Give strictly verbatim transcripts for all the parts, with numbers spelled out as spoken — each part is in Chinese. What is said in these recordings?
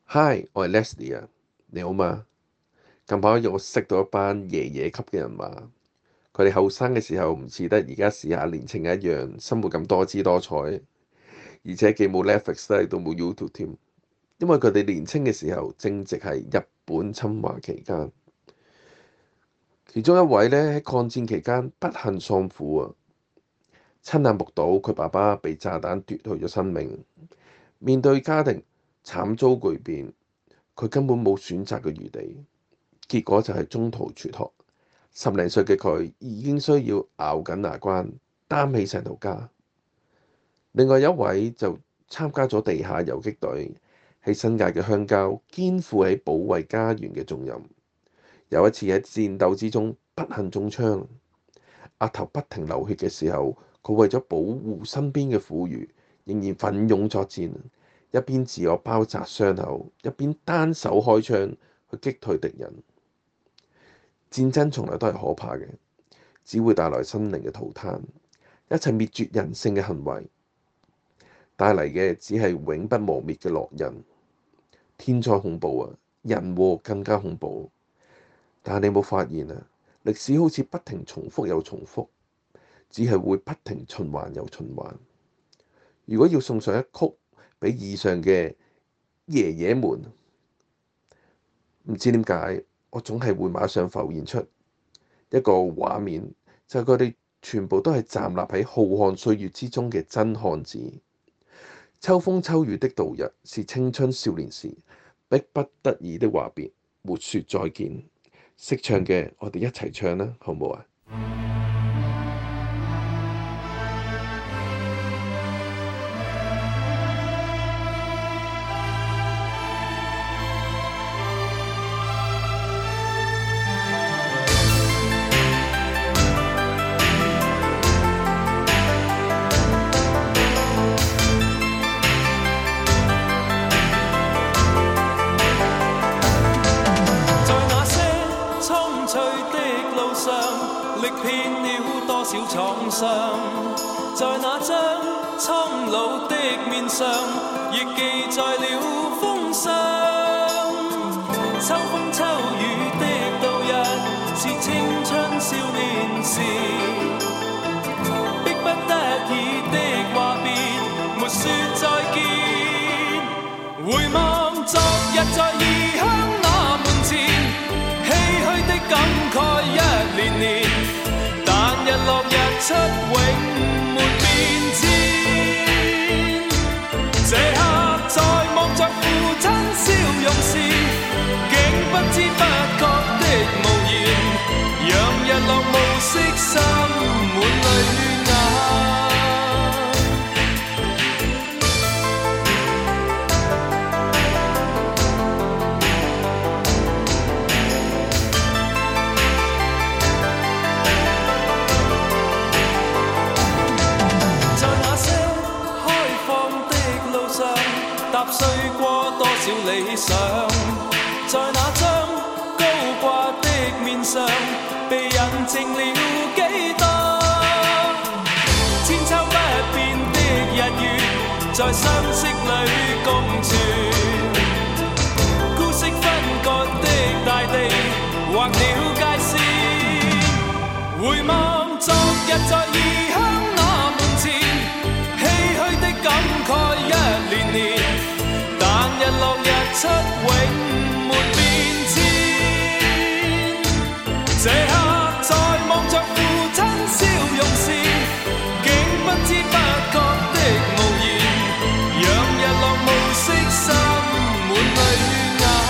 Hi，我係 Leslie 啊，你好嘛？近排我識到一班爺爺級嘅人話，佢哋後生嘅時候唔似得而家時下年青人一樣，生活咁多姿多彩，而且既冇 Netflix 咧，都冇 YouTube 添。因為佢哋年青嘅時候正值係日本侵華期間，其中一位咧喺抗戰期間不幸喪父啊，親眼目睹佢爸爸被炸彈奪去咗生命，面對家庭慘遭巨變，佢根本冇選擇嘅餘地。結果就係中途輟學，十零歲嘅佢已經需要咬緊牙關擔起成頭家。另外一位就參加咗地下游擊隊，喺新界嘅鄉郊肩負起保衛家園嘅重任。有一次喺戰鬥之中不幸中槍，額頭不停流血嘅時候，佢為咗保護身邊嘅婦孺，仍然奮勇作戰，一邊自我包紮傷口，一邊單手開槍去擊退敵人。戰爭從來都係可怕嘅，只會帶來生靈嘅塗炭，一切滅絕人性嘅行為，帶嚟嘅只係永不磨滅嘅烙印。天災恐怖啊，人禍更加恐怖。但係你有冇發現啊？歷史好似不停重複又重複，只係會不停循環又循環。如果要送上一曲俾以上嘅爺爺們，唔知點解，我總係會馬上浮現出一個畫面，就係佢哋全部都係站立喺浩瀚歲月之中嘅真漢子。秋風秋雨的度日，是青春少年時迫不得已的話別，沒說再見。識唱嘅，我哋一齊唱啦，好唔好啊？ 歷遍了多少創傷，在那張蒼老的面上，亦記載了風霜。秋風秋雨的度日，是青春少年時，迫不得已的話別，沒說再見。回望昨日在異鄉那門前，唏噓的感慨一年年，但日落日出永沒變遷。這刻在望着父親笑容時，竟不知不覺的無言，讓日落暮色滲滿淚眼。踏碎過多少理想，在那張高掛的面上，被印證了幾多千秋不變的日月，在相識裏共存。孤色分割的大地，劃了界線。回望昨日在異鄉那門前，唏噓的感慨一年年，但日落日出永沒變遷。這刻在望着父親笑容時，竟不知不覺的無言，讓日落暮色滲滿淚眼。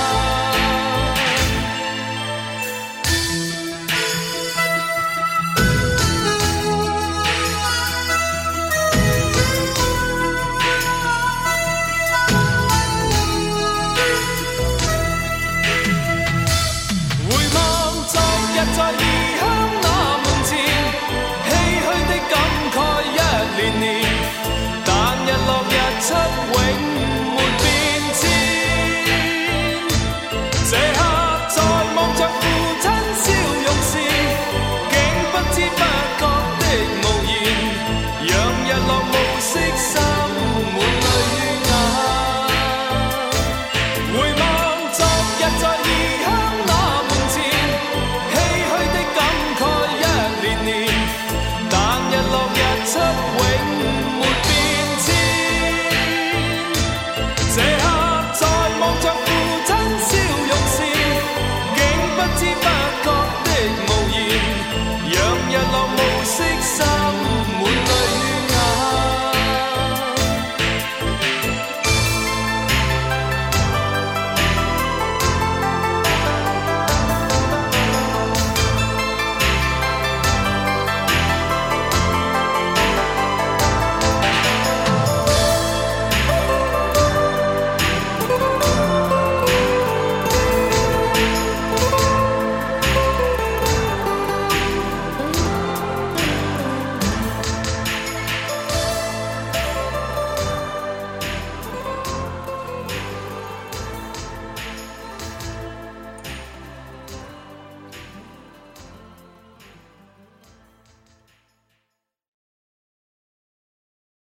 在異鄉那門前，唏噓的感慨一年年，但日落日出永